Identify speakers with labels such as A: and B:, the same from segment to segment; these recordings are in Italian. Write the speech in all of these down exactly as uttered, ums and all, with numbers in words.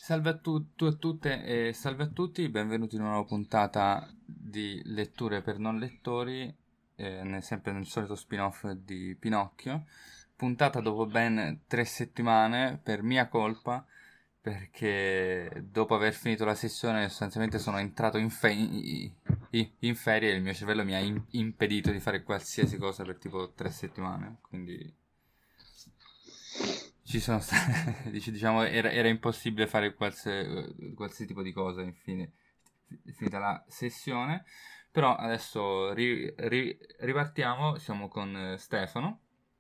A: Salve a tu- a tutte e salve a tutti, benvenuti in una nuova puntata di Letture per non lettori, eh, nel- sempre nel solito spin-off di Pinocchio. Puntata dopo ben tre settimane, per mia colpa, perché dopo aver finito la sessione sostanzialmente sono entrato in, fe- in- in ferie e il mio cervello mi ha im- impedito di fare qualsiasi cosa per tipo tre settimane, quindi ci sono stati, diciamo, era, era impossibile fare qualsiasi, qualsiasi tipo di cosa, infine, è finita la sessione, però adesso ri- ri- ripartiamo, siamo con eh, Stefano,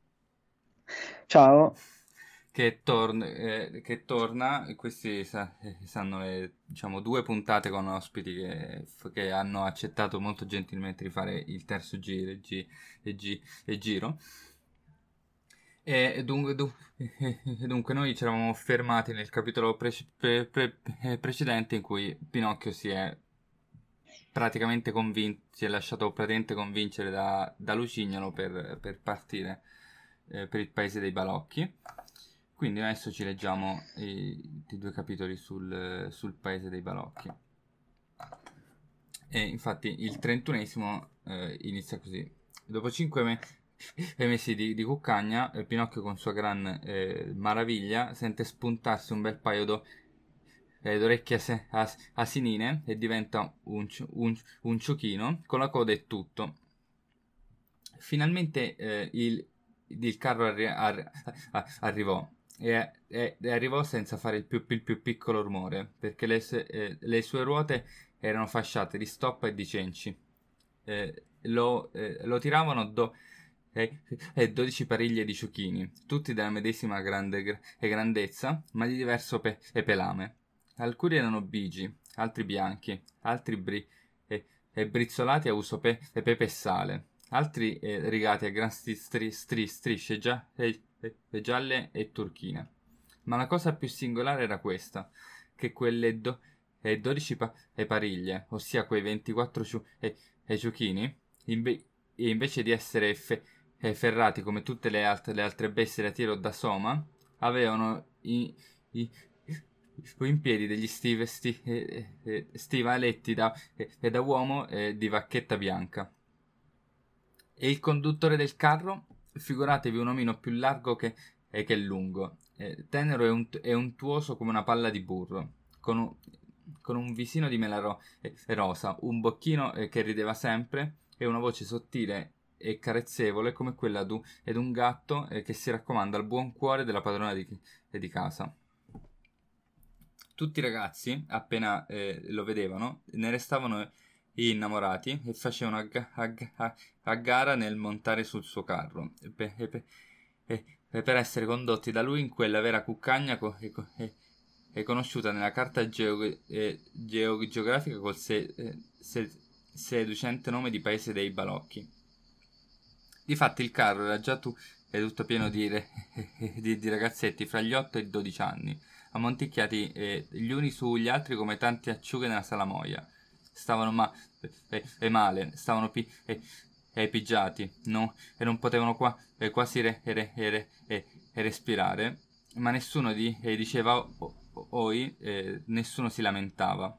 B: Ciao.
A: che, torn- eh, che torna, e questi sa- eh, saranno le, diciamo, due puntate con ospiti che, che hanno accettato molto gentilmente di fare il terzo giro e, gi- e gi- e giro. E dunque, du- e dunque noi ci eravamo fermati nel capitolo prece- pre- pre- eh, precedente in cui Pinocchio si è praticamente convinto, si è lasciato praticamente convincere da, da Lucignolo per, per partire eh, per il paese dei balocchi. Quindi adesso ci leggiamo i, i due capitoli sul, sul paese dei balocchi. E infatti il trentunesimo eh, inizia così. Dopo cinque me- mesi di, di cuccagna, eh, Pinocchio con sua gran eh, maraviglia sente spuntarsi un bel paio d'o- eh, d'orecchie ase- as- asinine e diventa un, ci- un- un ciuchino con la coda e tutto. Finalmente eh, il, il carro arri- arri- a- arrivò e, e- e arrivò senza fare il più, il più piccolo rumore perché le, sue- eh, le sue ruote erano fasciate di stoppa e di cenci. Eh, lo, eh, lo tiravano do- e, e dodici pariglie di ciuchini, tutti della medesima grande, gr- e grandezza, ma di diverso pe- e pelame. Alcuni erano bigi, altri bianchi, altri bri- e, e brizzolati a uso pe- e pepe e sale, altri eh, rigati a gran sti- stri- stri- strisce gia- e- e- e gialle e turchine. Ma la cosa più singolare era questa, che quelle do- e dodici pa- e pariglie, ossia quei ventiquattro ciu- e, e ciuchini, inve- e invece di essere fe- e ferrati come tutte le, alt- le altre bestie da tiro o da soma, avevano i, i- in piedi degli stive, sti- eh, eh, stivaletti da, eh, da uomo eh, di vacchetta bianca. E il conduttore del carro? Figuratevi un omino più largo che, eh, che lungo, eh, tenero e, unt- e untuoso come una palla di burro, con un, con un visino di mela ro- eh, rosa, un bocchino eh, che rideva sempre e una voce sottile e carezzevole come quella di ed un gatto eh, che si raccomanda al buon cuore della padrona di, eh, di casa. Tutti i ragazzi, appena eh, lo vedevano, ne restavano innamorati e facevano a, ga- a ga- a- a gara nel montare sul suo carro e pe- e pe- e- e per essere condotti da lui in quella vera cuccagna co- e, co- e- e conosciuta nella carta geo- eh, geo- geografica col se- eh, se- seducente nome di paese dei balocchi. Difatti il carro era già tu- è tutto pieno di, re- di- di ragazzetti fra gli otto e i dodici anni, ammonticchiati eh, gli uni sugli altri come tante acciughe nella salamoia. Stavano ma- e, e male, stavano pi- e, e pigiati, no? E non potevano qua, eh, quasi re- re- re- e- e respirare, ma nessuno di, eh, diceva o- o- oi, eh, nessuno si lamentava.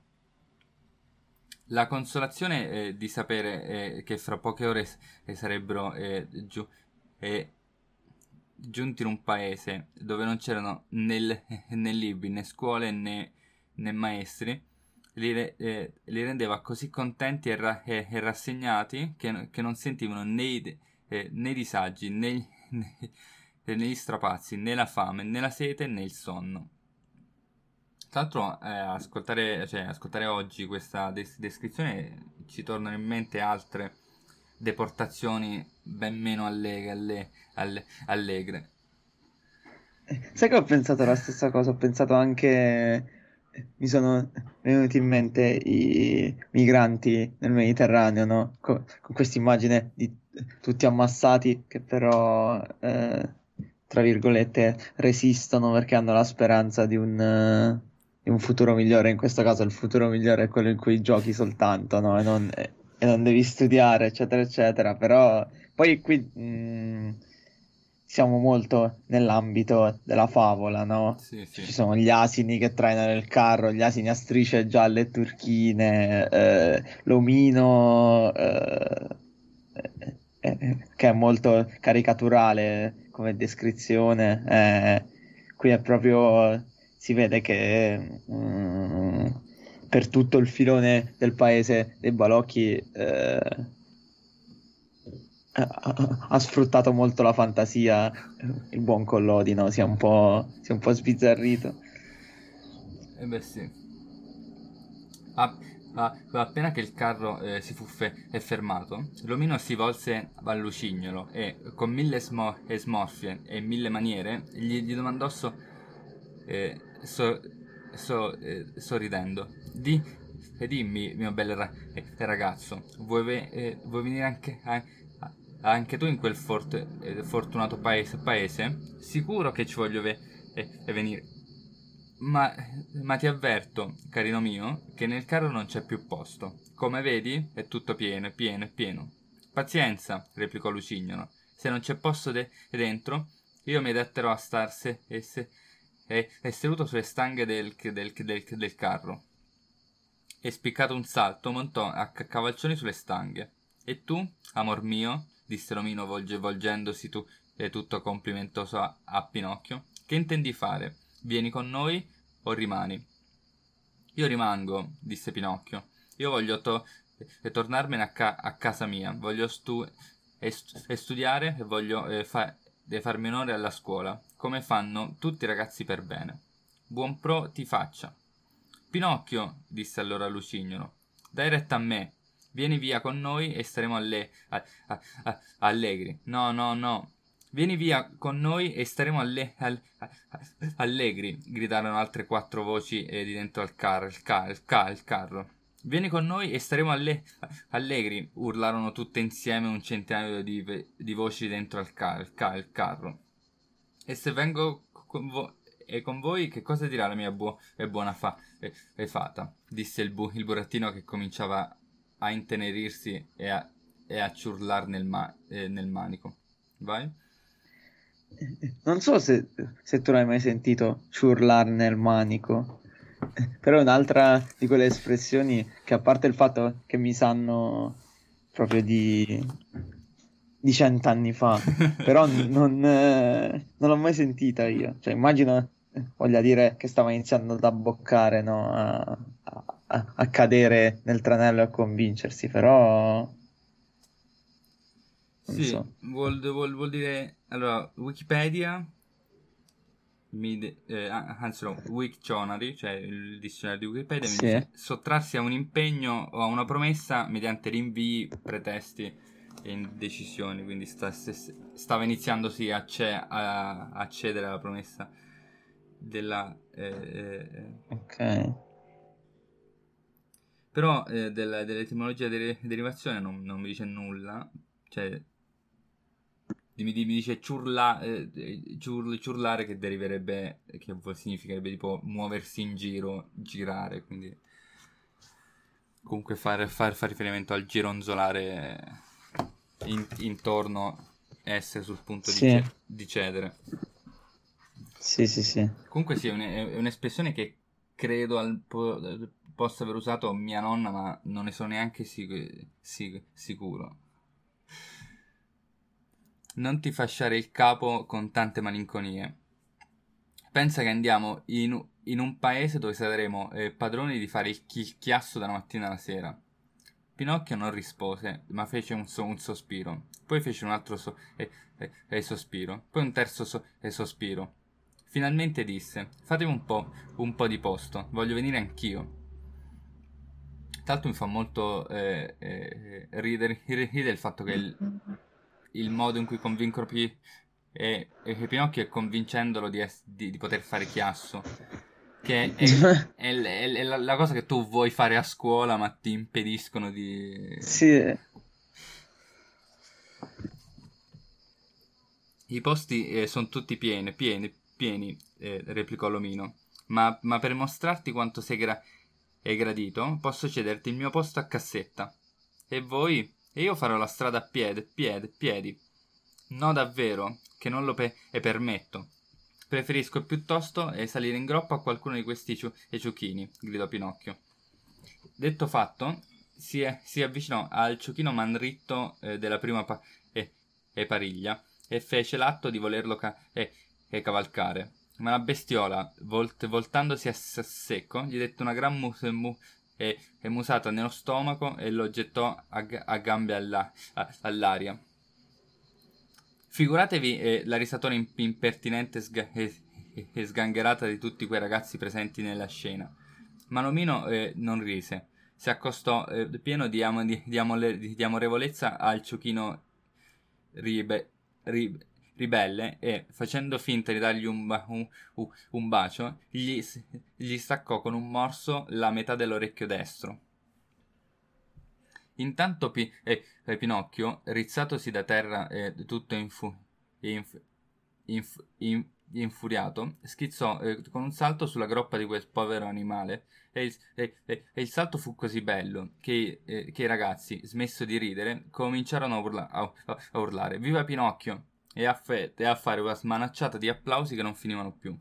A: La consolazione eh, di sapere eh, che fra poche ore s- eh, sarebbero eh, giu- eh, giunti in un paese dove non c'erano né, l- né libri, né scuole, né, né maestri, li, re- eh, li rendeva così contenti e, ra- e- e rassegnati che, che non sentivano né, i de- eh, né i disagi, né, gli- né, né gli strapazzi, né la fame, né la sete, né il sonno. Tra l'altro, eh, ascoltare, cioè, ascoltare oggi questa des- descrizione ci tornano in mente altre deportazioni ben meno allegre, alle- alle- allegre.
B: Sai che ho pensato la stessa cosa, ho pensato anche, mi sono venuti in mente i migranti nel Mediterraneo, no? Co- Con, questa immagine di tutti ammassati che però, eh, tra virgolette, resistono perché hanno la speranza di un, eh, di un futuro migliore. In questo caso il futuro migliore è quello in cui giochi soltanto, no? E non, e non devi studiare, eccetera, eccetera. Però poi qui... mh, siamo molto nell'ambito della favola, no?
A: Sì, sì.
B: Ci sono gli asini che trainano il carro, gli asini a strisce gialle e turchine, eh, l'omino, eh, eh, eh, che è molto caricaturale come descrizione. eh, qui è proprio, si vede che mm, per tutto il filone del paese dei balocchi eh, ha, ha- ha sfruttato molto la fantasia, eh, il buon Collodi, no? Si è un po', si è un po' sbizzarrito.
A: E beh sì. A- a- appena che il carro eh, si fu fe- è fermato, l'omino si volse al lucignolo e, con mille smo- e smorfie e mille maniere, gli, gli domandò so- eh, so- so- eh, sorridendo: Di, e dimmi, mio bel ra- eh, ragazzo, vuoi, ve- eh, vuoi venire anche, a- a- anche tu in quel fort- eh, fortunato paese, paese? Sicuro che ci voglio ve- eh, eh, venire. Ma, ma ti avverto, carino mio, che nel carro non c'è più posto. Come vedi, è tutto pieno, è pieno, è pieno. Pazienza, replicò Lucignolo. Se non c'è posto de- dentro, io mi adatterò a star se- e, se- e- e seduto sulle stanghe del, del- del- del carro. E spiccato un salto, montò a ca- cavalcioni sulle stanghe. E tu, amor mio, disse l'omino volge- volgendosi tu, e tutto complimentoso a, a Pinocchio, che intendi fare? Vieni con noi o rimani? Io rimango, disse Pinocchio. Io voglio to- e tornarmene a, ca- a casa mia. Voglio stu- e, st- e studiare e voglio eh, fa- e farmi onore alla scuola, come fanno tutti i ragazzi per bene. Buon pro ti faccia. Pinocchio, disse allora Lucignolo, dai retta a me. Vieni via con noi e staremo alle- a- a- a- allegri. No, no, no. Vieni via con noi e staremo alle- al- a- a- allegri, gridarono altre quattro voci eh, di dentro al carro. Il, ca- il, ca- il carro. Vieni con noi e staremo alle- allegri, urlarono tutte insieme un centinaio di, di voci dentro al ca- il ca- il carro. E se vengo con, vo- e con voi, che cosa dirà la mia buo- e buona fa- e- e fata? Disse il, bu- il burattino, che cominciava a intenerirsi e a, e a ciurlar nel, ma- eh, nel manico. Vai?
B: Non so se, se tu l'hai mai sentito ciurlare nel manico, però è un'altra di quelle espressioni che, a parte il fatto che mi sanno proprio di, di cent'anni fa, però non, eh, non l'ho mai sentita io. Cioè, immagino eh, voglia dire che stava iniziando ad abboccare, no? A, a- a cadere nel tranello e a convincersi, però non
A: Sì,
B: so.
A: vuol, vuol- vuol dire... Allora, Wikipedia, mi de- eh, ah, anzi no, Wiktionary, cioè il dizionario di Wikipedia, mi
B: Sì.
A: dice sottrarsi a un impegno o a una promessa mediante rinvii, pretesti e indecisioni, quindi sta- se- stava iniziando sì a, ce- a, a cedere alla promessa della... eh, eh, eh.
B: Ok.
A: Però eh, del- dell'etimologia delle derivazione non, non mi dice nulla, cioè mi, mi dice ciurla, eh, ciur- ciurlare, che deriverebbe, che significherebbe tipo muoversi in giro, girare, quindi comunque fare far, far riferimento al gironzolare in- intorno, essere sul punto di,
B: Sì,
A: ce- di cedere.
B: sì, sì, sì.
A: Comunque sì, è, un- è un'espressione che credo al- po- possa aver usato mia nonna, ma non ne sono neanche sic- sic- sicuro. Non ti fasciare il capo con tante malinconie. Pensa che andiamo in, in un paese dove saremo eh, padroni di fare il, chi- il chiasso dalla mattina alla sera. Pinocchio non rispose, ma fece un, so- un sospiro. Poi fece un altro so- eh, eh, eh, sospiro. Poi un terzo so- eh, sospiro. Finalmente disse: Fatemi un po', un po' di posto, voglio venire anch'io. Tra l'altro mi fa molto eh, eh, ridere, ridere il fatto che il, il modo in cui convincono Pi- e, e Pinocchio è convincendolo di, es- di- di poter fare chiasso, che è, è l- è l- è la, la cosa che tu vuoi fare a scuola, ma ti impediscono di...
B: Sì,
A: I posti sono tutti pieni, pieni, pieni, eh, replicò l'omino. Ma, ma per mostrarti quanto sei gra- è gradito, posso cederti il mio posto a cassetta. E voi? E io farò la strada a piede, piede, piedi. No, davvero, che non lo pe- e permetto. Preferisco piuttosto eh, salire in groppa a qualcuno di questi ciu- e ciuchini, gridò Pinocchio. Detto fatto, si, è- si avvicinò al ciuchino manritto eh, della prima pa- e, e pariglia e fece l'atto di volerlo ca- e, e cavalcare. Ma la bestiola, volt- voltandosi a, s- a secco, gli dette una gran mu- mu- e, e musata nello stomaco e lo gettò a, g- a gambe alla- a- all'aria. Figuratevi eh, la risatona im- impertinente sga- e, e sgangherata di tutti quei ragazzi presenti nella scena. Manomino eh, non rise. Si accostò eh, pieno di, am- di, di, amole- di amorevolezza al ciuchino ribe- ri- ribelle e, facendo finta di dargli un, ba- un- un- un bacio, gli, s- gli staccò con un morso la metà dell'orecchio destro. Intanto Pi- eh, eh, Pinocchio, rizzatosi da terra eh, tutto infu- inf- inf- in- infuriato, schizzò eh, con un salto sulla groppa di quel povero animale e il, e- e- e il salto fu così bello che, eh, che i ragazzi, smesso di ridere, cominciarono a, urla- a- a urlare «Viva Pinocchio!» e a, fe- e a fare una smanacciata di applausi che non finivano più.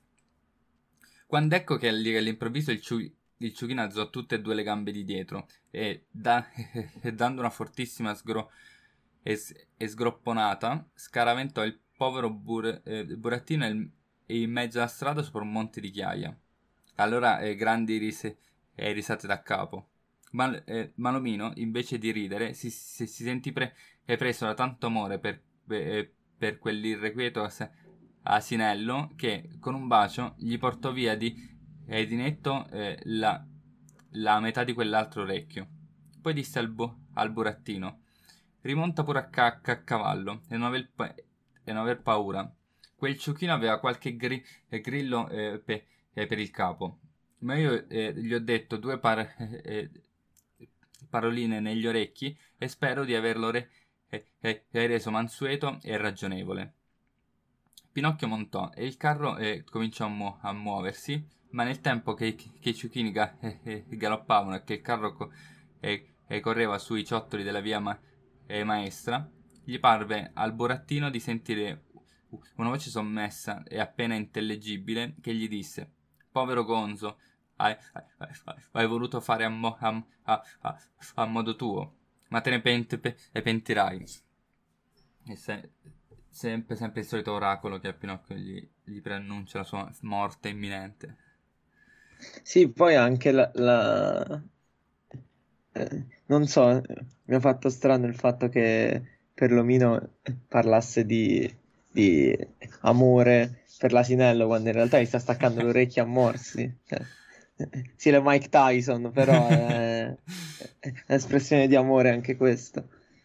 A: Quando ecco che all'improvviso il, ciu- il ciuchino alzò tutte e due le gambe di dietro e, da- e dando una fortissima sgro- e, e sgropponata, scaraventò il povero bur- eh, burattino il- in mezzo alla strada sopra un monte di ghiaia. Allora eh, grandi rise e risate da capo. Ma eh, Malomino, invece di ridere, si, si, si sentì pre- preso da tanto amore per, per, per quell'irrequieto asinello che con un bacio gli portò via di, eh, di netto eh, la, la metà di quell'altro orecchio. Poi disse al, bu- al burattino: rimonta pure a, ca- a cavallo e non aver, pa- e non aver paura. Quel ciuchino aveva qualche gri- eh, grillo eh, pe- eh, per il capo, ma io eh, gli ho detto due par- eh, paroline negli orecchi e spero di averlo re- eh, eh, reso mansueto e ragionevole. Pinocchio montò e il carro eh, cominciò a, mu- a muoversi, ma nel tempo che, che i ciuchini ga- eh, eh, galoppavano e che il carro co- eh, eh, correva sui ciottoli della via ma- eh, maestra, gli parve al burattino di sentire una voce sommessa e appena intellegibile che gli disse: «Povero Gonzo, hai, hai- hai voluto fare a, mo- a- a- a- a modo tuo, ma te ne pent- pe- e pentirai». E se- sempre, sempre il solito oracolo che a Pinocchio gli, gli preannuncia la sua morte imminente.
B: Sì, poi anche la, la- eh, non so, eh, mi ha fatto strano il fatto che Perlomino parlasse di, di amore per l'asinello quando in realtà gli sta staccando le orecchie a morsi. Cioè, eh, sì, è Mike Tyson, però è, è un'espressione di amore anche questo.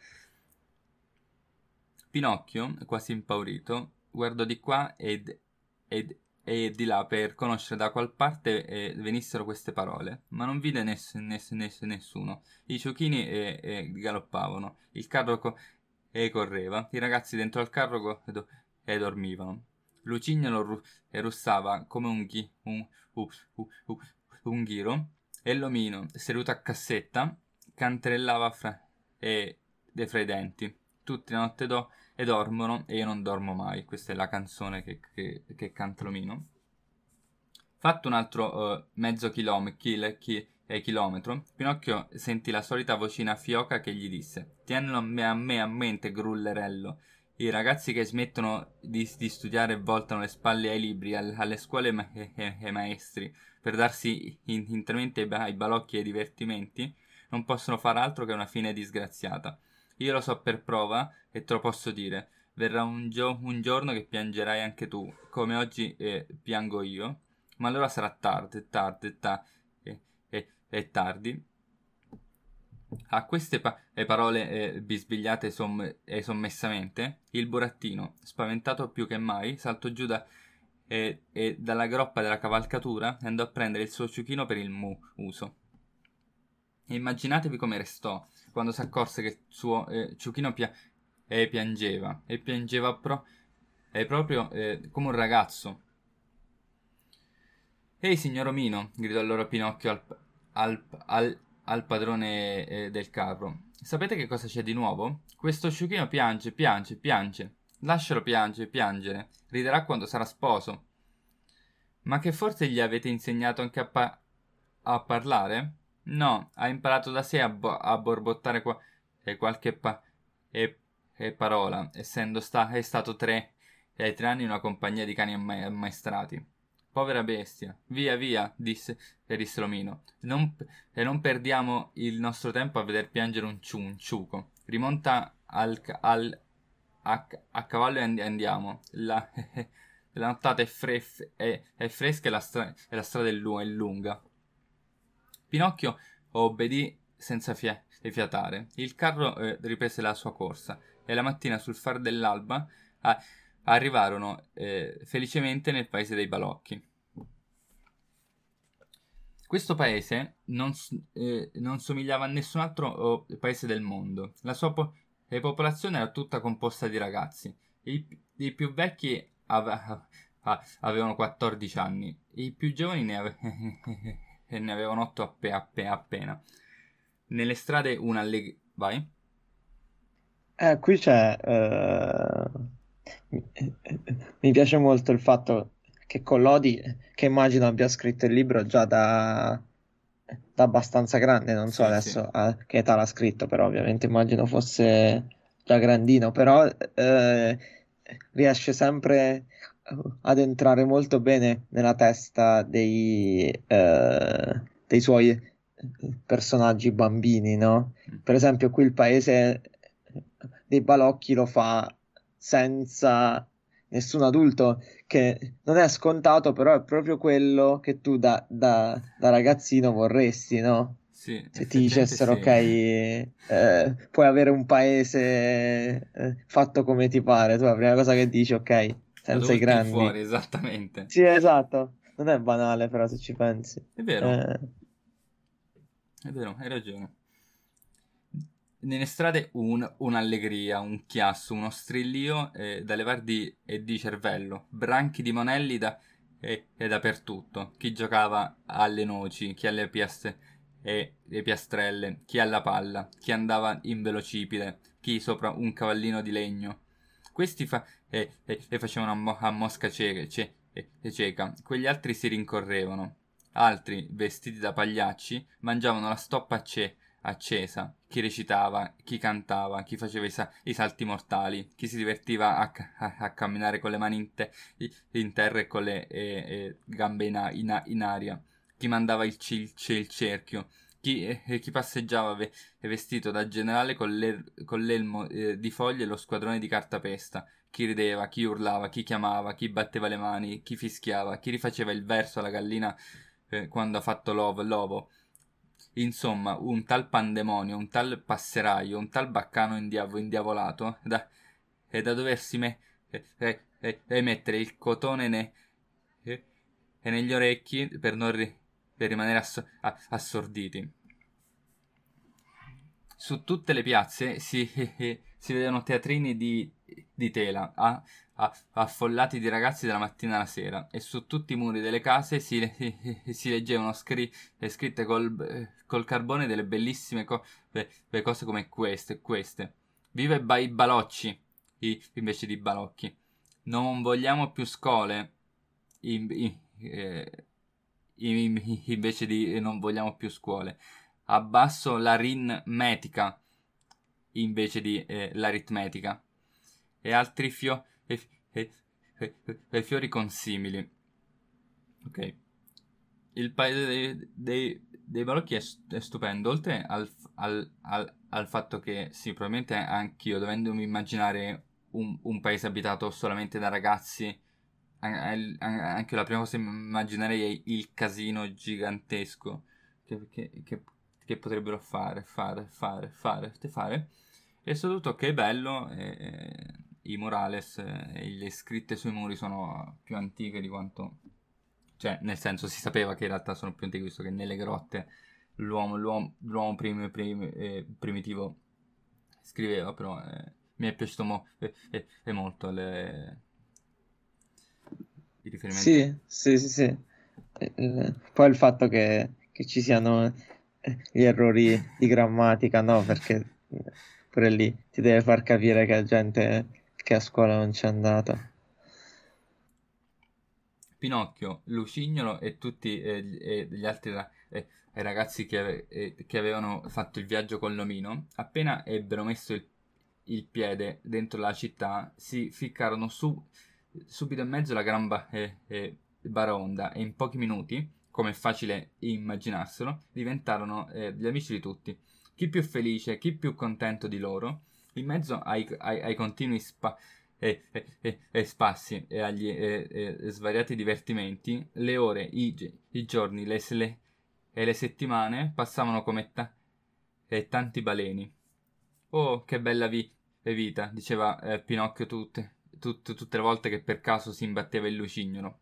A: Pinocchio, quasi impaurito, guardò di qua ed, ed- e di là per conoscere da qual parte eh, venissero queste parole, ma non vide ness- ness- ness- nessuno. I ciuchini eh, eh, galoppavano, il carro co- eh, correva, i ragazzi dentro al carro go- do- eh, dormivano. Lucignolo ru- eh, russava come un, ghi- un, u- u- u- un ghiro e l'omino, seduto a cassetta, canterellava fra, eh, de fra i denti. Tutti la notte do e dormono e io non dormo mai. Questa è la canzone che, che, che canta l'omino. Fatto un altro eh, mezzo chilom- chil- chi- eh, chilometro, Pinocchio sentì la solita vocina fioca che gli disse: «Tienilo a me, a me a mente, grullerello. I ragazzi che smettono di, di studiare e voltano le spalle ai libri, al- alle scuole ma- e ai e maestri, per darsi in- interamente ai, ba- ai balocchi e ai divertimenti, non possono far altro che una fine disgraziata. Io lo so per prova e te lo posso dire. Verrà un, gio- un giorno che piangerai anche tu, come oggi eh, piango io, ma allora sarà tardi, tardi, ta- e, e- e tardi». A queste pa- eh, parole eh, bisbigliate somm- eh, sommessamente, il burattino, spaventato più che mai, saltò giù da, eh, eh, dalla groppa della cavalcatura e andò a prendere il suo ciuchino per il muso. E immaginatevi come restò quando si accorse che il suo eh, ciuchino pia- eh, piangeva, e piangeva pro- eh, proprio eh, come un ragazzo. «Ehi, signor Omino!» gridò allora Pinocchio al, al, al, al padrone eh, del carro. Sapete che cosa c'è di nuovo? Questo sciuchino piange, piange, piange. Lascialo piangere, piangere. Riderà quando sarà sposo. Ma che forse gli avete insegnato anche a, pa- a parlare? No, ha imparato da sé a, bo- a borbottare qua- e qualche pa- e, e parola, essendo sta- è stato tre, e tre anni in una compagnia di cani amma- ammaestrati. Povera bestia. Via, via, disse, e disse l'omino. Non, e non perdiamo il nostro tempo a veder piangere un, ciu- un ciuco. Rimonta al, ca- al- a, a cavallo e and- andiamo. La, la nottata è, fre- è, è fresca e la, stra- e la strada è, lu- è lunga. Pinocchio obbedì senza fia- fiatare. Il carro eh, riprese la sua corsa e la mattina sul far dell'alba a- arrivarono eh, felicemente nel paese dei balocchi. Questo paese non, s- eh, non somigliava a nessun altro oh, paese del mondo. La sua po- la popolazione era tutta composta di ragazzi. I, i più vecchi ave- ah, avevano quattordici anni, i più giovani ne, ave- ne avevano otto appe- appe- appena. Nelle strade una alleg- Vai?
B: Eh, qui c'è... eh, mi mi piace molto il fatto che Collodi, che immagino abbia scritto il libro già da, da abbastanza grande, non so
A: Sì, sì.
B: adesso a che età l'ha scritto, però ovviamente immagino fosse già grandino, però eh, riesce sempre ad entrare molto bene nella testa dei, eh, dei suoi personaggi bambini, no? Per esempio, qui il paese dei balocchi lo fa senza nessun adulto, che non è scontato, però è proprio quello che tu da, da- da ragazzino vorresti, no?
A: Sì,
B: Se ti
A: effettivamente
B: dicessero, ok,
A: sì.
B: eh, puoi avere un paese eh, fatto come ti pare, tu la prima cosa che dici, ok, senza i
A: Adulti fuori,
B: grandi.
A: esattamente.
B: Sì, esatto, non è banale però se ci pensi.
A: È vero,
B: Eh,
A: è vero, hai ragione. Nelle strade un, un'allegria, un chiasso, uno strillio eh, da levar di, e di cervello, branchi di monelli da, e, e dappertutto. Chi giocava alle noci, chi alle piastre, e le piastrelle, chi alla palla, chi andava in velocipede, chi sopra un cavallino di legno. Questi fa, e, e, e facevano a, mo- a mosca cieca, ce- e, e cieca, quegli altri si rincorrevano. Altri, vestiti da pagliacci, mangiavano la stoppa a ce- accesa, chi recitava, chi cantava, chi faceva i, sa- i salti mortali, chi si divertiva a, ca- a- a camminare con le mani in, te- in terra e con le e- e gambe in, a- in a- in aria, chi mandava il, ci- il ce- il cerchio, chi, eh, chi passeggiava ve- vestito da generale con, l'er- con l'elmo eh, di foglie e lo squadrone di cartapesta, chi rideva, chi urlava, chi chiamava, chi batteva le mani, chi fischiava, chi rifaceva il verso alla gallina eh, quando ha fatto l'ovo, l'ovo. Insomma, un tal pandemonio, un tal passeraio, un tal baccano indiavo, indiavolato, da, è da doversi me, eh, eh, eh, eh, mettere il cotone ne, eh, e negli orecchi per, non ri- per rimanere asso- a- assorditi. Su tutte le piazze si, si vedono teatrini di, di tela a- a- affollati di ragazzi dalla mattina alla sera e su tutti i muri delle case si, si leggevano scri- scritte col, col carbone delle bellissime co- le cose come queste, queste. Viva i, ba- i balocci i- invece di balocchi. Non vogliamo più scole in- in- eh, in- invece di non vogliamo più scuole. Abbasso l'aritmetica invece di eh, l'aritmetica e altri fio- e, e- e- e fiori consimili. Ok. Il paese dei, dei, dei balocchi è, è stupendo, oltre al, al, al, al fatto che sì, probabilmente anch'io, dovendomi immaginare un, un paese abitato solamente da ragazzi, an- an- anche la prima cosa che immaginerei è il casino gigantesco che, che, che, che potrebbero fare, fare, fare, fare, fare. E soprattutto che è bello, eh, i murales eh, e le scritte sui muri sono più antiche di quanto... Cioè, nel senso, si sapeva che in realtà sono più antiche, visto che nelle grotte l'uomo, l'uomo, l'uomo prim- prim- eh, primitivo scriveva, però eh, mi è piaciuto mo- eh, eh, eh, molto le... i riferimenti.
B: sì, sì, sì, sì. Eh, eh, Poi il fatto che, che ci siano eh, gli errori di grammatica, no? Perché pure lì ti deve far capire che è gente che a scuola non c'è andata.
A: Pinocchio, Lucignolo e tutti eh, gli e gli altri ra- eh, ragazzi che, ave- eh, che avevano fatto il viaggio con l'omino, appena ebbero messo il, il piede dentro la città, si ficcarono su, subito in mezzo alla gran ba- eh, eh, baraonda e in pochi minuti, come è facile immaginarselo, diventarono eh, gli amici di tutti. Chi più felice, chi più contento di loro, in mezzo ai, ai- ai continui spa- e, e- e- e spassi e agli e- e svariati divertimenti, le ore, i, gi- i giorni le, se- le- e le settimane passavano come ta- e tanti baleni. Oh, che bella vi- vita, diceva eh, Pinocchio tutte, tut- tutte le volte che per caso si imbatteva il lucignolo.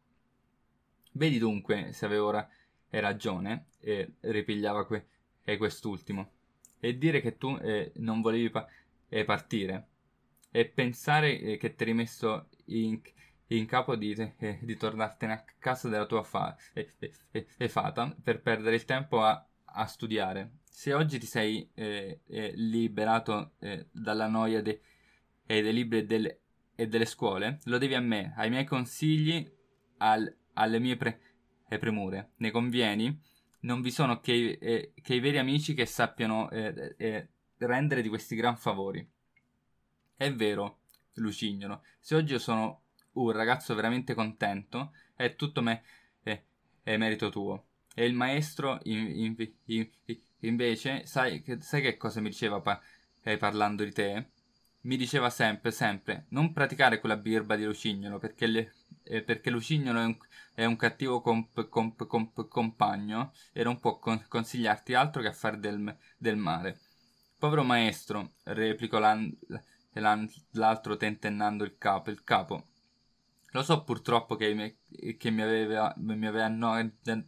A: Vedi dunque se avevo ora e ragione, e ripigliava que- e quest'ultimo. E dire che tu eh, non volevi pa- eh, partire, e pensare eh, che ti eri messo in, in capo di, eh, di tornartene a casa della tua fa- e, e- e- e fata per perdere il tempo a, a studiare. Se oggi ti sei eh, eh, liberato eh, dalla noia de- e dei libri e delle, e delle scuole, lo devi a me, ai miei consigli, al- alle mie pre- e premure. Ne convieni? Non vi sono che, i- eh, che i veri amici che sappiano eh, eh, rendere di questi gran favori. È vero, Lucignolo, se oggi io sono un ragazzo veramente contento, è tutto me, è, è merito tuo. E il maestro, in- in- in- invece, sai, che- sai che cosa mi diceva pa- eh, parlando di te? Mi diceva sempre, sempre, non praticare quella birba di Lucignolo, perché, le- eh, perché Lucignolo è un, è un cattivo comp- comp- comp- compagno e non può con- consigliarti altro che a fare del, del mare. Povero maestro, replicò l'an- l'altro tentennando il capo. Il capo. Lo so purtroppo che, me- che mi aveva, mi aveva anno-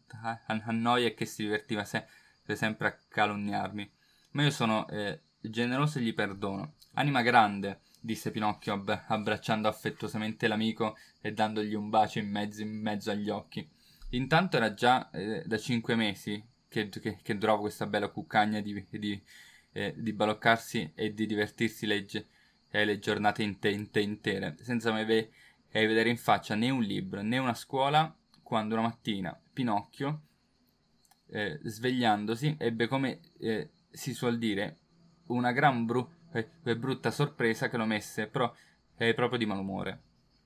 A: a noia e che si divertiva se- sempre a calunniarmi. Ma io sono eh, generoso e gli perdono. Anima grande, disse Pinocchio ab- abbracciando affettuosamente l'amico e dandogli un bacio in mezzo, in mezzo agli occhi. Intanto era già eh, da cinque mesi che, che- che durava questa bella cuccagna di, di, eh, di baloccarsi e di divertirsi legge, eh, le giornate inte- inte- intere, senza mai ve- eh, vedere in faccia né un libro né una scuola, quando una mattina Pinocchio, eh, svegliandosi, ebbe come eh, si suol dire una gran bru- eh, brutta sorpresa che lo messe pro- eh, proprio di malumore.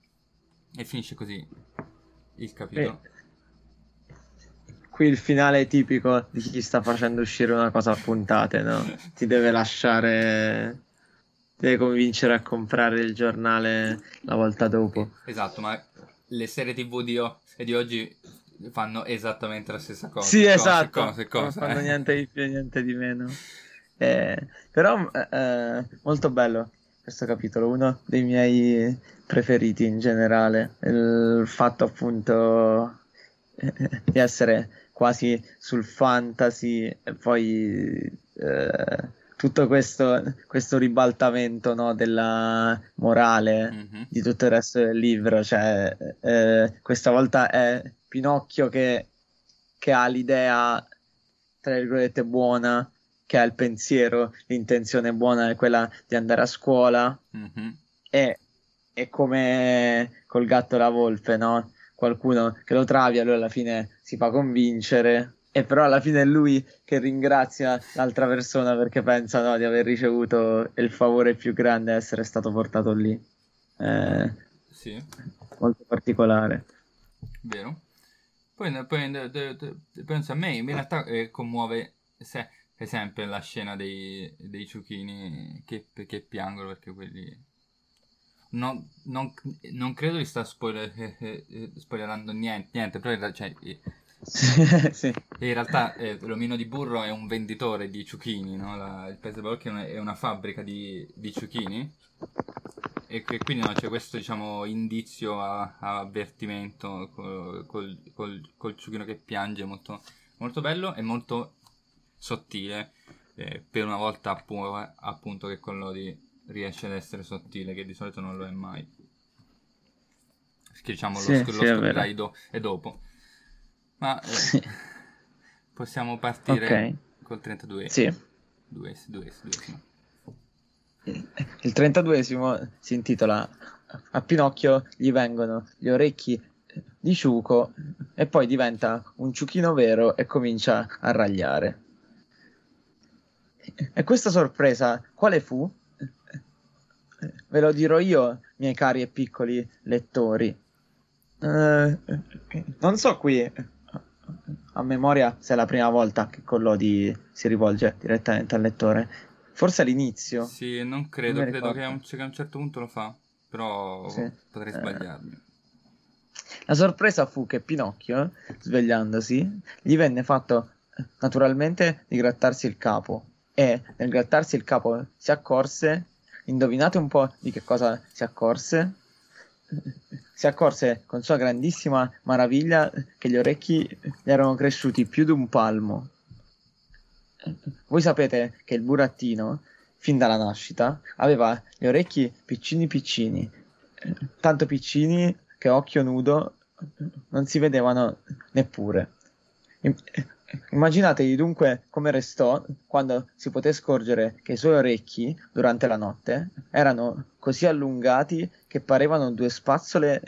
A: E finisce così il
B: E
A: capitolo.
B: qui il finale è tipico di chi sta facendo uscire una cosa a puntate, no? Ti deve lasciare, ti deve convincere a comprare il giornale la volta dopo.
A: Esatto, ma le serie tv di, o- di oggi fanno esattamente la stessa
B: Sì,
A: cosa. Cosa,
B: esatto,
A: cosa,
B: non
A: cosa,
B: fanno
A: eh?
B: niente di più, niente di meno. Eh, però eh, eh, molto bello questo capitolo, uno dei miei preferiti in generale. Il fatto appunto eh, di essere quasi sul fantasy e poi eh, tutto questo, questo ribaltamento, no, della morale
A: Mhm.
B: di tutto il resto del libro. Cioè, eh, questa volta è Pinocchio che, che ha l'idea, tra virgolette, buona, che ha il pensiero, l'intenzione buona è quella di andare a scuola,
A: Mhm.
B: e è come col gatto e la volpe, no? Qualcuno che lo travi, allora alla fine si fa convincere, e però alla fine è lui che ringrazia l'altra persona perché pensa, no, di aver ricevuto il favore più grande, essere stato portato lì. Eh,
A: Sì,
B: molto particolare.
A: vero. Poi, poi, de- de- de- penso a me, in realtà eh, commuove se, per esempio la scena dei, dei ciuchini che, che piangono perché quelli... Non, non, non credo di sta spoiler, eh, eh, eh, spoilerando niente, niente, però in, ra- cioè, eh,
B: Sì.
A: in realtà eh, l'omino di burro è un venditore di ciuchini, no? La- il Paese Balocchi è una, è una fabbrica di, di ciuchini e che quindi no, c'è questo diciamo indizio a, a avvertimento col, col, col, col ciuchino che piange, molto, molto bello e molto sottile, eh, per una volta appu- appunto che con Lodi riesce ad essere sottile, che di solito non lo è mai. Perché diciamo lo,
B: Sì,
A: sc- lo
B: sì, è vero.
A: scoprirai do- e dopo. Ma eh,
B: Sì.
A: possiamo
B: Ok,
A: partire col trentadue.
B: sì.
A: Dues, dues, duesimo.
B: Il trentaduesimo si intitola A Pinocchio gli vengono gli orecchi di ciuco e poi diventa un ciuchino vero e comincia a ragliare. E questa sorpresa quale fu? Ve lo dirò io, miei cari e piccoli lettori. Eh, non so qui a memoria se è la prima volta che Collodi si rivolge direttamente al lettore. Forse all'inizio.
A: Sì, non credo,
B: Non mi
A: credo che a,
B: ricordo.
A: un, che a un certo punto lo fa, però
B: Sì.
A: potrei
B: Eh,
A: sbagliarmi.
B: La sorpresa fu che Pinocchio, svegliandosi, gli venne fatto eh, naturalmente di grattarsi il capo e nel grattarsi il capo si accorse, indovinate un po' di che cosa si accorse? Si accorse con sua grandissima maraviglia che gli orecchi gli erano cresciuti più di un palmo. Voi sapete che il burattino, fin dalla nascita, aveva gli orecchi piccini piccini, eh, tanto piccini che a occhio nudo non si vedevano neppure. Im- Immaginatevi dunque come restò quando si poté scorgere che i suoi orecchi, durante la notte, erano così allungati che parevano due spazzole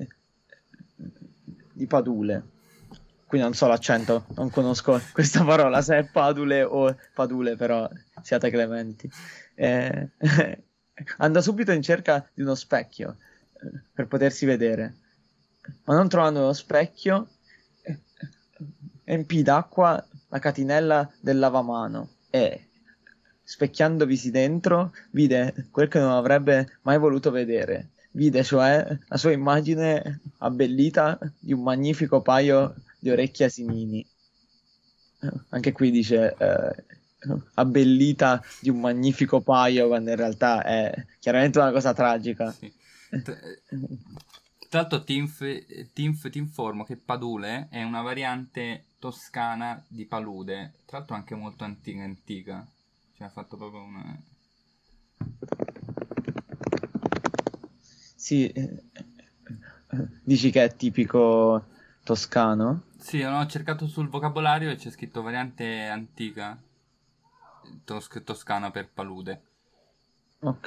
B: di padule. Qui non so l'accento, non conosco questa parola, se è padule o padule, però siate clementi. Eh, andò subito in cerca di uno specchio eh, per potersi vedere, ma non trovando uno specchio, eh, empì d'acqua la catinella del lavamano e, specchiandovisi dentro, vide quel che non avrebbe mai voluto vedere. Vide cioè la sua immagine abbellita di un magnifico paio di orecchie asinini. Anche qui dice eh, abbellita di un magnifico paio, quando in realtà è chiaramente una cosa tragica.
A: Sì. Tra tra l'altro ti, inf- ti, inf- ti informo che Padule è una variante toscana di Palude, tra l'altro anche molto antica, antica. Cioè ha fatto proprio una...
B: Sì, eh, dici che è tipico toscano?
A: Sì, non ho cercato sul vocabolario e c'è scritto variante antica tos- toscana per palude.
B: Ok.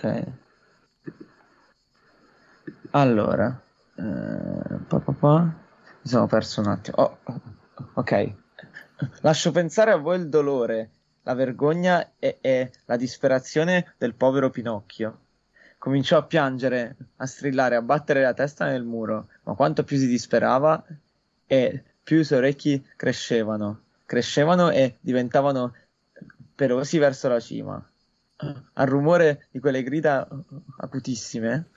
B: Allora, eh, pa, pa, pa. Mi sono perso un attimo. Oh, ok. Lascio pensare a voi il dolore, la vergogna e, e la disperazione del povero Pinocchio. Cominciò a piangere, a strillare, a battere la testa nel muro, ma quanto più si disperava e più i suoi orecchi crescevano, crescevano e diventavano pelosi verso la cima. Al rumore di quelle grida acutissime,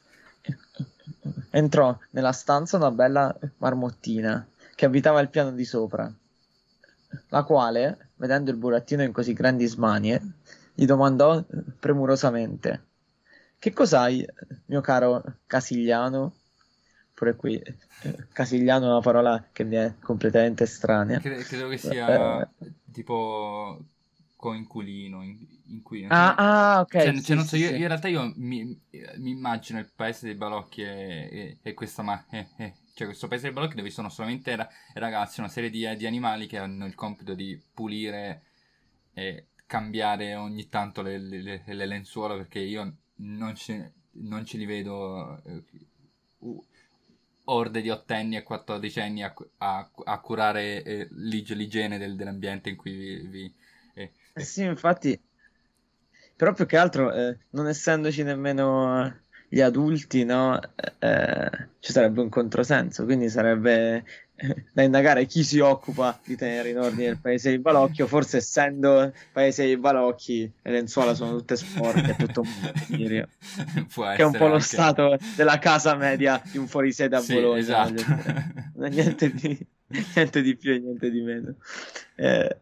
B: entrò nella stanza una bella marmottina che abitava al piano di sopra, la quale, vedendo il burattino in così grandi smanie, gli domandò premurosamente: Che cos'hai, mio caro Casigliano? Pure qui, eh, Casigliano è una parola che mi è completamente estranea.
A: Cre- credo che sia
B: Eh,
A: tipo coinculino, in- inquilino.
B: ah,
A: Cioè,
B: ah,
A: cioè,
B: ok,
A: cioè,
B: sì,
A: non so,
B: sì,
A: io,
B: sì.
A: io in realtà io mi, mi immagino il paese dei balocchi e, e- e questa ma... eh, eh. Cioè questo paese dei balocchi dove sono solamente ra- ragazzi, una serie di, di animali che hanno il compito di pulire e cambiare ogni tanto le, le- le- le lenzuola perché io non, ce- non ce li vedo eh, u- orde di ottenni e quattordicenni a, a- a curare eh, l'ig- l'igiene del- dell'ambiente in cui vi... vi- eh,
B: Eh
A: eh.
B: sì, infatti, però più che altro, eh, non essendoci nemmeno gli adulti, no, eh, eh, ci sarebbe un controsenso, quindi sarebbe eh, da indagare chi si occupa di tenere in ordine il paese di Balocchio, forse essendo paese di Balocchi, le lenzuola sono tutte sporche, è tutto un delirio,
A: Può
B: che è un
A: essere
B: po' lo
A: anche...
B: stato della casa media di un fuorisede a
A: Sì,
B: Bologna, voglio
A: esatto.
B: dire. Non è niente di, niente di più e niente di meno. Eh,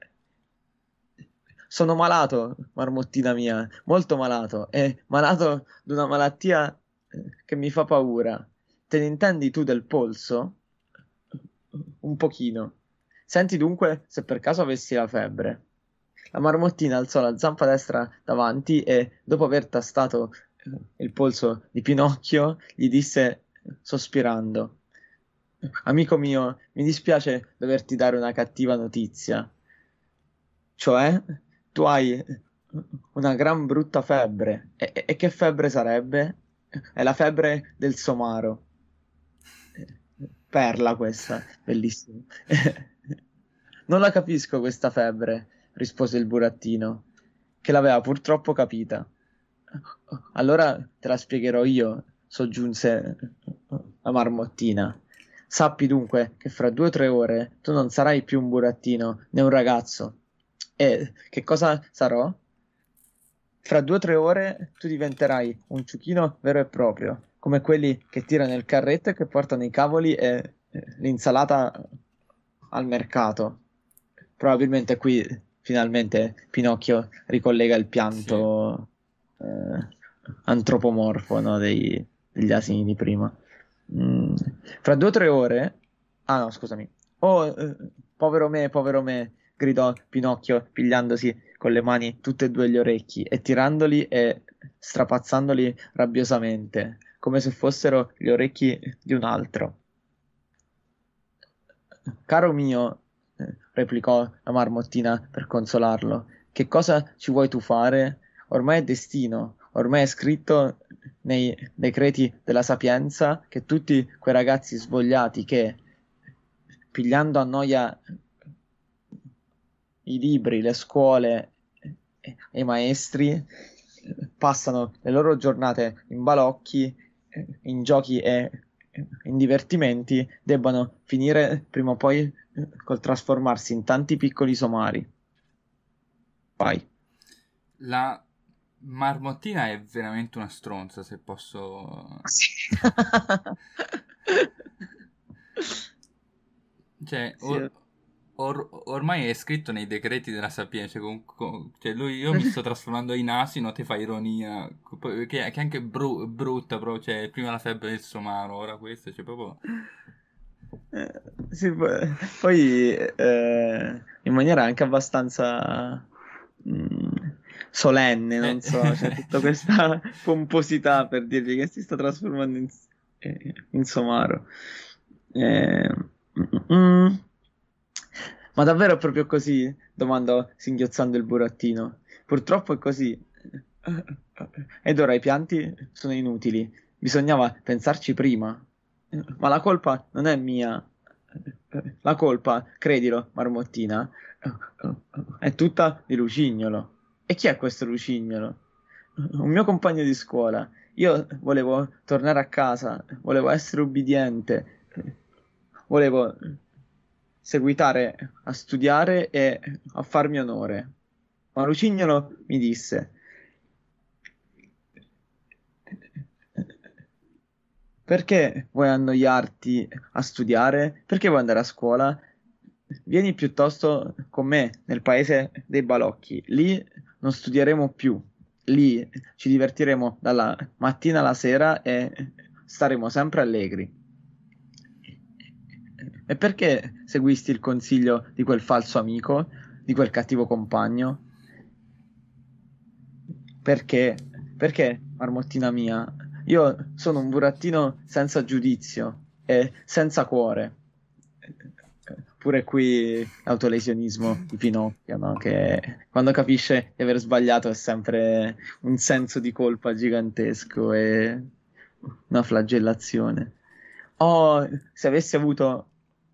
B: sono malato, marmottina mia, molto malato, e malato di una malattia eh, che mi fa paura. Te ne intendi tu del polso? Un pochino. Senti dunque se per caso avessi la febbre. La marmottina alzò la zampa destra davanti e, dopo aver tastato eh, il polso di Pinocchio, gli disse, sospirando: Amico mio, mi dispiace doverti dare una cattiva notizia. Cioè, tu hai una gran brutta febbre. E, e- e che febbre sarebbe? È la febbre del somaro. Perla questa, bellissima. Non la capisco questa febbre, rispose il burattino, che l'aveva purtroppo capita. Allora te la spiegherò io, soggiunse la marmottina. Sappi dunque che fra due o tre ore tu non sarai più un burattino né un ragazzo. E che cosa sarò? Fra due o tre ore tu diventerai un ciuchino vero e proprio, come quelli che tirano il carretto e che portano i cavoli e eh, l'insalata al mercato. Probabilmente qui finalmente Pinocchio ricollega il
A: Sì.
B: pianto eh, antropomorfo, no, dei- degli asini di prima. Mm, fra due o tre ore... Ah no, scusami. Oh, eh, povero me, povero me, gridò Pinocchio, pigliandosi con le mani tutti e due gli orecchi e tirandoli e strapazzandoli rabbiosamente, come se fossero gli orecchi di un altro. Caro mio, eh, replicò la marmottina per consolarlo, che cosa ci vuoi tu fare? Ormai è destino, ormai è scritto nei decreti della sapienza che tutti quei ragazzi svogliati che, pigliando a noia i libri, le scuole e i maestri, eh, passano le loro giornate in balocchi, eh, in giochi e eh, in divertimenti, debbano finire prima o poi eh, col trasformarsi in tanti piccoli somari. Vai.
A: La marmottina è veramente una stronza, se posso...
B: Sì.
A: Cioè,
B: Sì,
A: or- or- ormai è scritto nei decreti della Sapienza. Cioè, con- con- cioè, lui, io mi sto trasformando in asino, te fai ironia. Poi- Che, che è anche bru- brutta, proprio. Cioè, prima la febbre del somaro, ora questa. Cioè, proprio.
B: Eh, sì, poi poi, eh, in maniera anche abbastanza mm, solenne,
A: Eh,
B: non so, c'è tutta questa pomposità per dirgli che si sta trasformando in, eh, in somaro. Eh, mm, mm. Ma davvero è proprio così? Domandò singhiozzando il burattino. Purtroppo è così. Ed ora i pianti sono inutili. Bisognava pensarci prima. Ma la colpa non è mia. La colpa, credilo, Marmottina, è tutta di Lucignolo. E chi è questo Lucignolo? Un mio compagno di scuola. Io volevo tornare a casa, volevo essere ubbidiente, volevo seguitare a studiare e a farmi onore. Ma Lucignolo mi disse: Perché vuoi annoiarti a studiare? Perché vuoi andare a scuola? Vieni piuttosto con me nel paese dei balocchi. Lì non studieremo più. Lì ci divertiremo dalla mattina alla sera e staremo sempre allegri. E perché seguisti il consiglio di quel falso amico, di quel cattivo compagno? Perché? Perché, marmottina mia? Io sono un burattino senza giudizio e senza cuore. Pure qui l'autolesionismo di Pinocchio, no? Che quando capisce di aver sbagliato è sempre un senso di colpa gigantesco e una flagellazione. Oh, se avessi avuto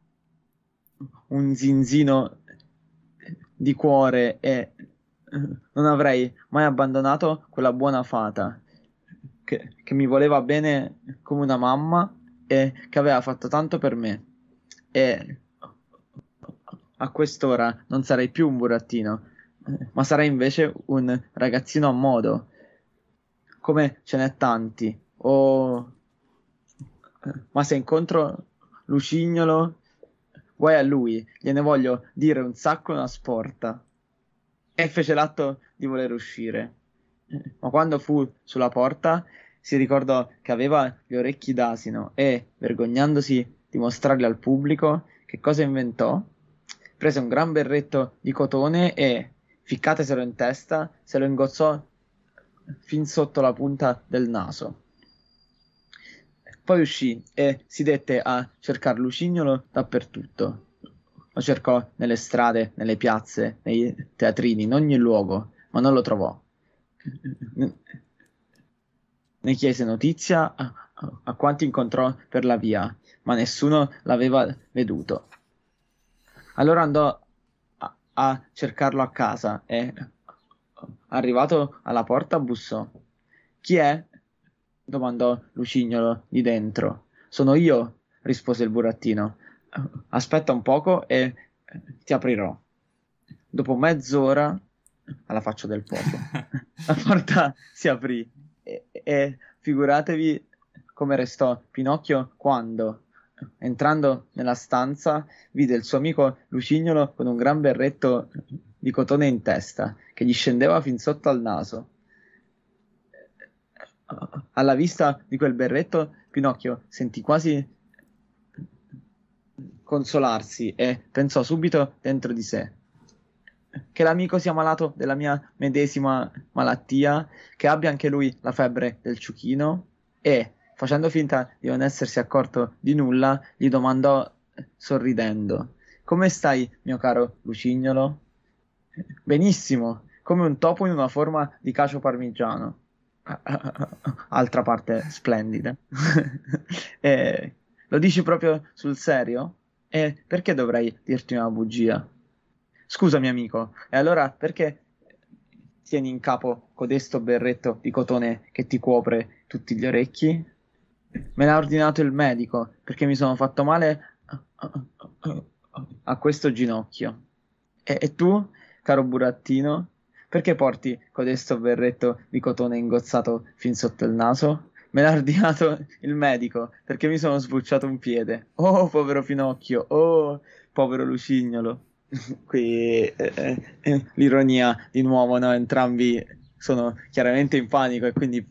B: un zinzino di cuore e eh, non avrei mai abbandonato quella buona fata che, che mi voleva bene come una mamma e che aveva fatto tanto per me. E a quest'ora non sarei più un burattino, eh, ma sarei invece un ragazzino a modo, come ce n'è tanti. O ma se incontro Lucignolo, guai a lui, gliene voglio dire un sacco una sporta. E fece l'atto di voler uscire. Eh, Ma quando fu sulla porta, si ricordò che aveva gli orecchi d'asino e, vergognandosi di mostrarli al pubblico, che cosa inventò? Prese un gran berretto di cotone e, ficcateselo in testa, se lo ingozzò fin sotto la punta del naso. Poi uscì e si dette a cercar Lucignolo dappertutto. Lo cercò nelle strade, nelle piazze, nei teatrini, in ogni luogo, ma non lo trovò. Ne chiese notizia a, a quanti incontrò per la via, ma nessuno l'aveva veduto. Allora andò a, a cercarlo a casa e, arrivato alla porta, bussò. Chi è? Domandò Lucignolo di dentro. Sono io, rispose il burattino. Aspetta un poco e ti aprirò. Dopo mezz'ora, alla faccia del poco, la porta si aprì e, e figuratevi come restò Pinocchio quando, entrando nella stanza, vide il suo amico Lucignolo con un gran berretto di cotone in testa che gli scendeva fin sotto al naso. Alla vista di quel berretto, Pinocchio sentì quasi consolarsi e pensò subito dentro di sé: che l'amico sia malato della mia medesima malattia, che abbia anche lui la febbre del ciuchino, e, facendo finta di non essersi accorto di nulla, gli domandò sorridendo: come stai, mio caro Lucignolo? Benissimo, come un topo in una forma di cacio parmigiano. Altra parte splendida. Eh, lo dici proprio sul serio? E perché dovrei dirti una bugia? Scusami, amico, e allora perché tieni in capo codesto berretto di cotone che ti copre tutti gli orecchi? Me l'ha ordinato il medico perché mi sono fatto male a questo ginocchio. E, e tu, caro burattino, perché porti codesto berretto di cotone ingozzato fin sotto il naso? Me l'ha ordinato il medico perché mi sono sbucciato un piede. Oh, povero Pinocchio, oh, povero Lucignolo. Qui eh, eh, l'ironia di nuovo, no? Entrambi sono chiaramente in panico e quindi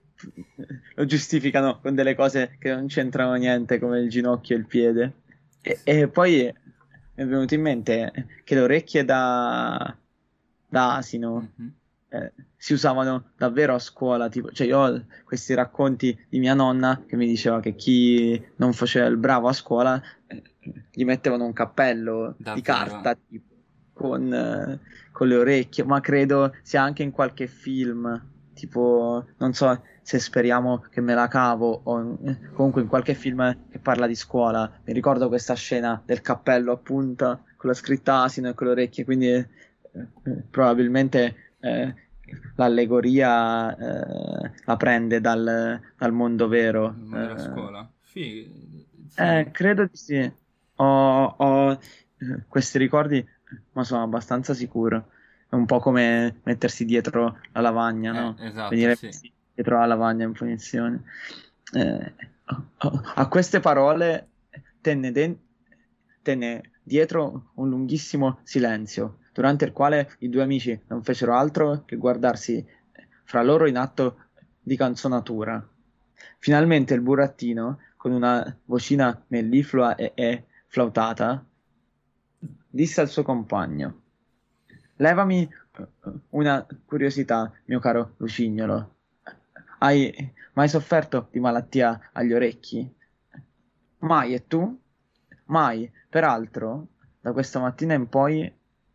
B: lo giustificano con delle cose che non c'entrano niente, come il ginocchio e il piede. E, e poi mi è venuto in mente che le orecchie da, da asino
A: Mhm.
B: eh, si usavano davvero a scuola, tipo, cioè io ho questi racconti di mia nonna che mi diceva che chi non faceva il bravo a scuola eh, gli mettevano un cappello di
A: Davvero?
B: carta tipo, con, eh, con le orecchie, ma credo sia anche in qualche film, tipo, non so se Speriamo che me la cavo o eh, comunque in qualche film che parla di scuola. Mi ricordo questa scena del cappello a punta con la scritta asino e con le orecchie, quindi eh, eh, probabilmente eh, l'allegoria eh, la prende dal, dal mondo vero.
A: Il mondo della
B: Eh,
A: scuola? Sì,
B: eh,
A: sì.
B: credo di sì. Ho, ho, eh, questi ricordi, ma sono abbastanza sicuro. È un po' come mettersi dietro la lavagna,
A: Eh,
B: no?
A: esatto,
B: Venire
A: sì.
B: messi dietro la lavagna in punizione. Eh, a queste parole tenne, den- tenne dietro un lunghissimo silenzio, durante il quale i due amici non fecero altro che guardarsi fra loro in atto di canzonatura. Finalmente il burattino, con una vocina melliflua e, e flautata, disse al suo compagno: levami eh, una curiosità, mio caro Lucignolo. Hai mai sofferto di malattia agli orecchi? Mai, e tu? Mai. Peraltro, da questa mattina in poi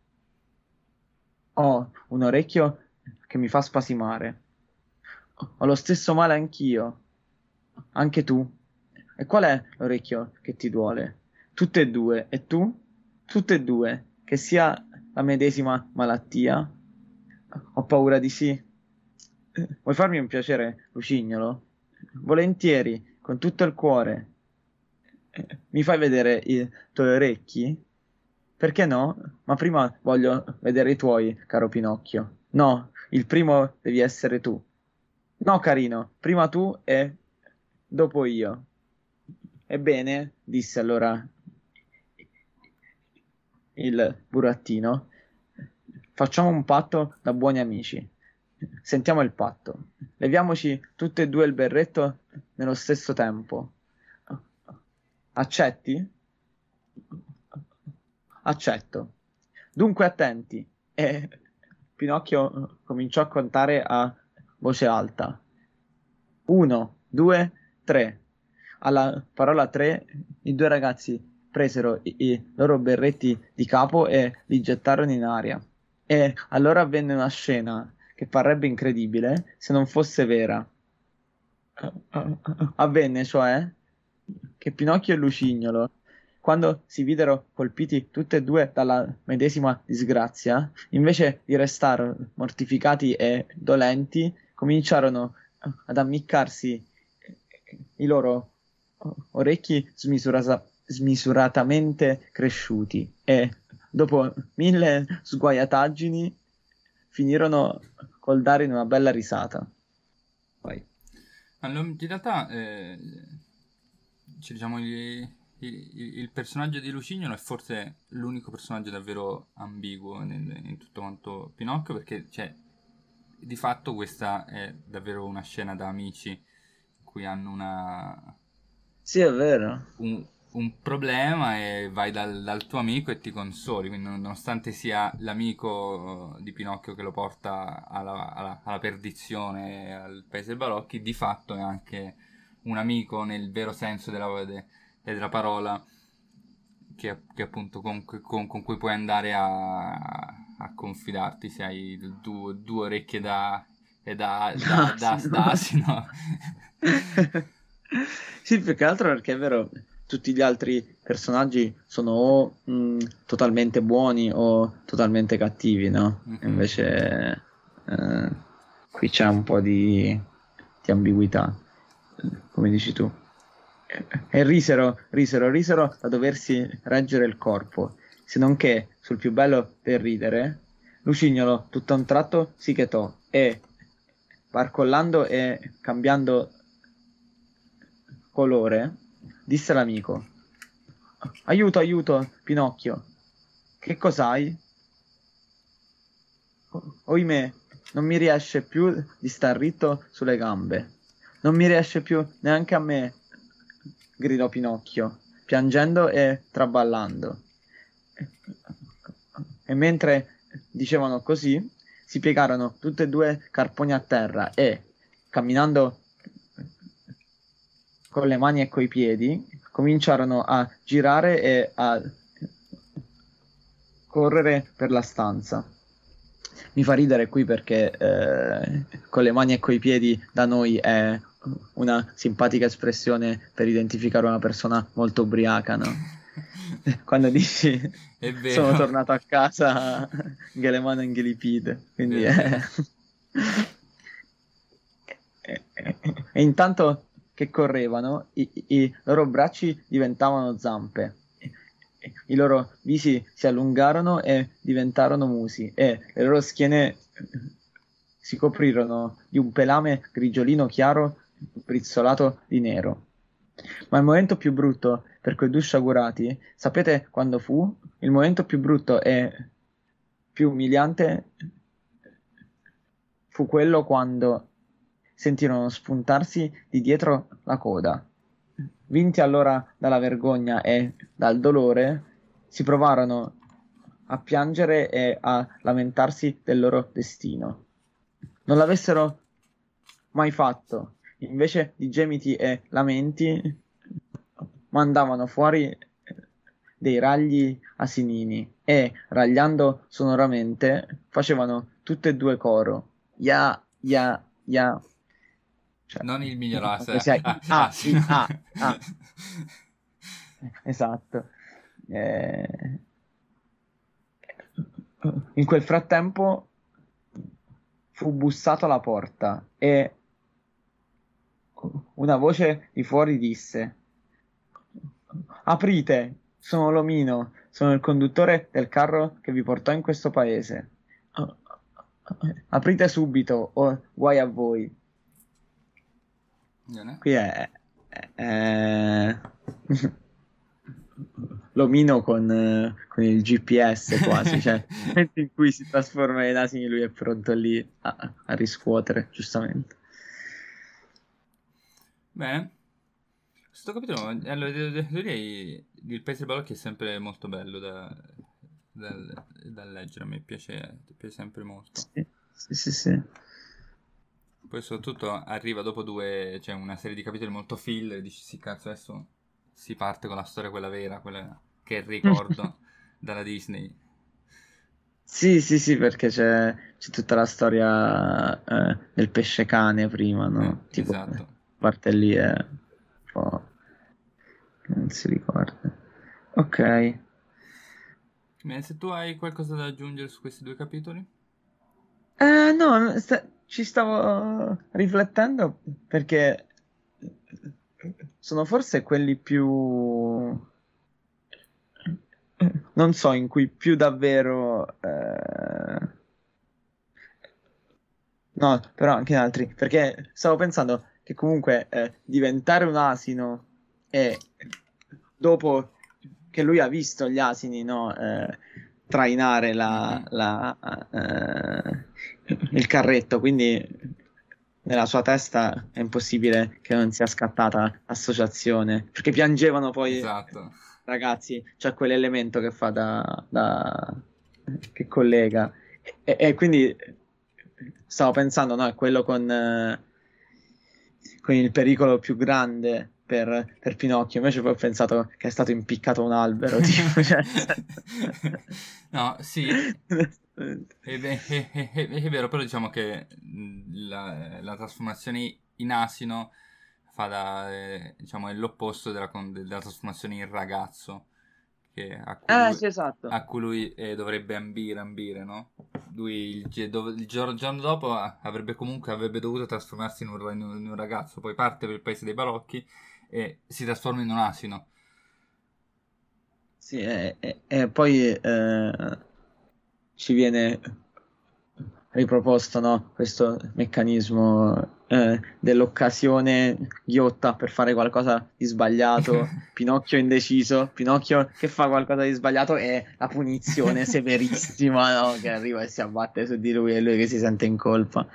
B: ho un orecchio che mi fa spasimare. Ho lo stesso male anch'io. Anche tu. E qual è l'orecchio che ti duole? Tutte e due. E tu? Tutte e due. Che sia la medesima malattia? Ho paura di sì. Vuoi farmi un piacere, Lucignolo? Volentieri, con tutto il cuore. Mi fai vedere i tuoi orecchi? Perché no? Ma prima voglio vedere i tuoi, caro Pinocchio. No, il primo devi essere tu. No, carino, prima tu e dopo io. Ebbene, disse allora il burattino, facciamo un patto da buoni amici. Sentiamo il patto. Leviamoci tutte e due il berretto nello stesso tempo. Accetti? Accetto. Dunque attenti. E Pinocchio cominciò a contare a voce alta. Uno, due, tre. Alla parola tre, i due ragazzi presero i, i loro berretti di capo e li gettarono in aria. E allora avvenne una scena che parrebbe incredibile se non fosse vera. Avvenne, cioè, che Pinocchio e Lucignolo, quando si videro colpiti tutti e due dalla medesima disgrazia, invece di restare mortificati e dolenti, cominciarono ad ammiccarsi i loro orecchi smisurata- smisuratamente cresciuti e, dopo mille sguaiataggini, finirono col dare una bella risata. Poi.
A: Allora, in realtà, eh, cioè, diciamo, il, il- il personaggio di Lucignolo è forse l'unico personaggio davvero ambiguo nel- in tutto quanto Pinocchio, perché, cioè, di fatto questa è davvero una scena da amici in cui hanno una,
B: Sì, è vero.
A: un, un problema e vai dal, dal tuo amico e ti consoli, quindi non- nonostante sia l'amico di Pinocchio che lo porta alla, alla- alla perdizione al paese dei balocchi, di fatto è anche un amico nel vero senso della, de- della parola, che, che appunto con, con- con cui puoi andare a, a confidarti se hai due, due orecchie da, e da, da, da,
B: Asino.
A: da asino.
B: Sì, più che altro perché è vero, tutti gli altri personaggi sono o mh, totalmente buoni o totalmente cattivi, no?
A: Mhm.
B: Invece eh, qui c'è un po' di, di ambiguità, come dici tu. E risero, risero, risero da doversi reggere il corpo, se non che, sul più bello del ridere, Lucignolo tutto a un tratto si chetò e, barcollando e cambiando colore, disse all'amico: Aiuto, aiuto, Pinocchio, che cos'hai? O- Oimè, non mi riesce più di star ritto sulle gambe. Non mi riesce più neanche a me, gridò Pinocchio, piangendo e traballando. E mentre dicevano così, si piegarono tutti e due carponi a terra e, camminando con le mani e coi piedi, cominciarono a girare e a correre per la stanza. Mi fa ridere qui perché eh, con le mani e coi piedi da noi è una simpatica espressione per identificare una persona molto ubriaca, no? Quando dici
A: È
B: sono
A: vero,
B: tornato a casa, Ghelemano e Inghilipide, quindi
A: è
B: è...
A: vero.
B: E, e- e intanto che correvano, i, i loro bracci diventavano zampe, e- e i loro visi si allungarono e diventarono musi, e le loro schiene si coprirono di un pelame grigiolino chiaro brizzolato di nero. Ma il momento più brutto per quei due sciagurati, sapete quando fu? Il momento più brutto e più umiliante fu quello quando sentirono spuntarsi di dietro la coda. Vinti allora dalla vergogna e dal dolore, si provarono a piangere e a lamentarsi del loro destino. Non l'avessero mai fatto, invece di gemiti e lamenti, mandavano fuori dei ragli asinini e, ragliando sonoramente, facevano tutte e due coro. Ya, ya, ya. Cioè,
A: Non il miglior as.
B: quando si ha
A: Ah,
B: i, a,
A: ah, sì.
B: i, a, a. Esatto. Eh, In quel frattempo fu bussato alla porta e una voce di fuori disse: Aprite, sono Lomino, sono il conduttore del carro che vi portò in questo paese. Aprite subito o guai a voi.
A: Bene.
B: Qui è, è- è- L'omino con, eh, con il G P S quasi, cioè nel momento in cui si trasforma in asini lui è pronto lì a, a riscuotere, giustamente.
A: Bene. Sto capitolo, allora, devo devo dire, il Paese dei Balocchi è sempre molto bello da, da- da leggere, a me piace, piace sempre molto.
B: Sì, sì, sì, sì.
A: Poi soprattutto arriva dopo due, c'è una serie di capitoli molto filler, e dici sì cazzo adesso si parte con la storia quella vera, quella che è il ricordo dalla Disney.
B: Sì, sì, sì, perché c'è c'è tutta la storia eh, del pesce cane prima,
A: Eh,
B: no? Tipo,
A: esatto.
B: parte lì è un po'... non si ricorda. Ok.
A: Bene, se tu hai qualcosa da aggiungere su questi due capitoli?
B: Eh, no, sta- ci stavo riflettendo perché sono forse quelli più, non so, in cui più davvero, eh, no, però anche in altri, perché stavo pensando che comunque eh, diventare un asino e dopo che lui ha visto gli asini, no, eh, trainare la,
A: Mhm.
B: la, eh, il carretto, quindi nella sua testa è impossibile che non sia scattata associazione, perché piangevano poi
A: Esatto.
B: ragazzi, c'è quell'elemento che fa da, da- che collega. E, e quindi stavo pensando, no, è quello con, eh, con il pericolo più grande per, per Pinocchio. Invece poi ho pensato che è stato impiccato a un albero, tipo, cioè,
A: No, sì, è, ve- è- è- è- è vero, però diciamo che mh, la, la trasformazione in asino fa da, eh, diciamo, è l'opposto della, con- della trasformazione in ragazzo, che- a cui
B: Eh,
A: lui,
B: sì, esatto.
A: a cui lui, eh, dovrebbe ambire, ambire, no? Lui il, gi- dov- il giorno, il giorno dopo ah, avrebbe comunque avrebbe dovuto trasformarsi in un, ra- in un- in un ragazzo, poi parte per il paese dei balocchi e si trasforma in un asino.
B: Sì, e, e- e poi eh, ci viene riproposto, no, questo meccanismo eh, dell'occasione ghiotta per fare qualcosa di sbagliato, Pinocchio indeciso, Pinocchio che fa qualcosa di sbagliato e la punizione severissima, no, che arriva e si abbatte su di lui e lui che si sente in colpa.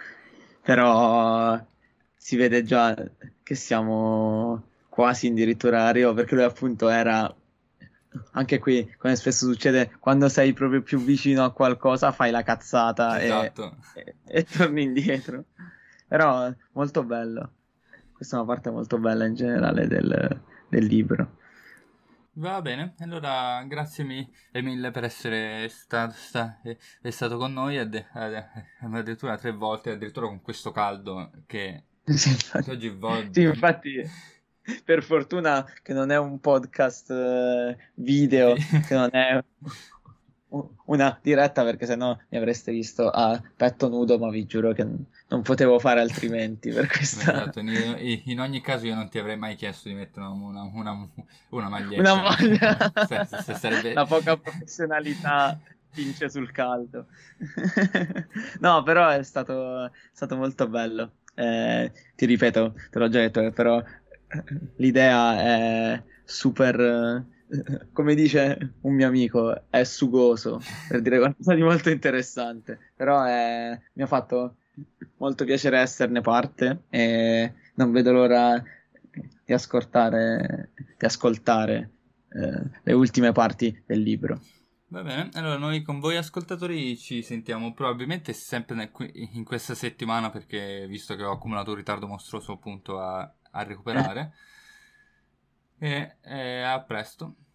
B: Però si vede già che siamo quasi addirittura a Rio, perché lui appunto era anche qui, come spesso succede, quando sei proprio più vicino a qualcosa, fai la cazzata e,
A: Esatto.
B: e- e torni indietro. Però molto bello. Questa è una parte molto bella in generale del, del libro.
A: Va bene, allora grazie mi- mille per essere sta- sta- eh, è stato con noi, adde- adde- addirittura tre volte, addirittura con questo caldo che,
B: Sì,
A: che
B: infatti,
A: oggi vo-
B: sì, infatti, per fortuna che non è un podcast eh,
A: vi-
B: video, che non è u- una diretta, perché sennò mi avreste visto a petto nudo, ma vi giuro che n- non potevo fare altrimenti per
A: Beh,
B: questa
A: esatto, in, in ogni caso io non ti avrei mai chiesto di mettere una, una- una
B: una
A: maglietta,
B: maglia.
A: Se- se sarebbe...
B: La poca professionalità vince sul caldo. No, però è stato, è stato molto bello. Eh, ti ripeto, te l'ho già detto, però l'idea è super, eh, come dice un mio amico, è sugoso, per dire qualcosa di molto interessante. Però è- mi ha fatto molto piacere esserne parte e non vedo l'ora di ascoltare, di ascoltare eh, le ultime parti del libro.
A: Va bene, allora noi con voi ascoltatori ci sentiamo probabilmente sempre nel- in questa settimana perché visto che ho accumulato un ritardo mostruoso appunto a, a
B: Eh,
A: recuperare e, e a presto.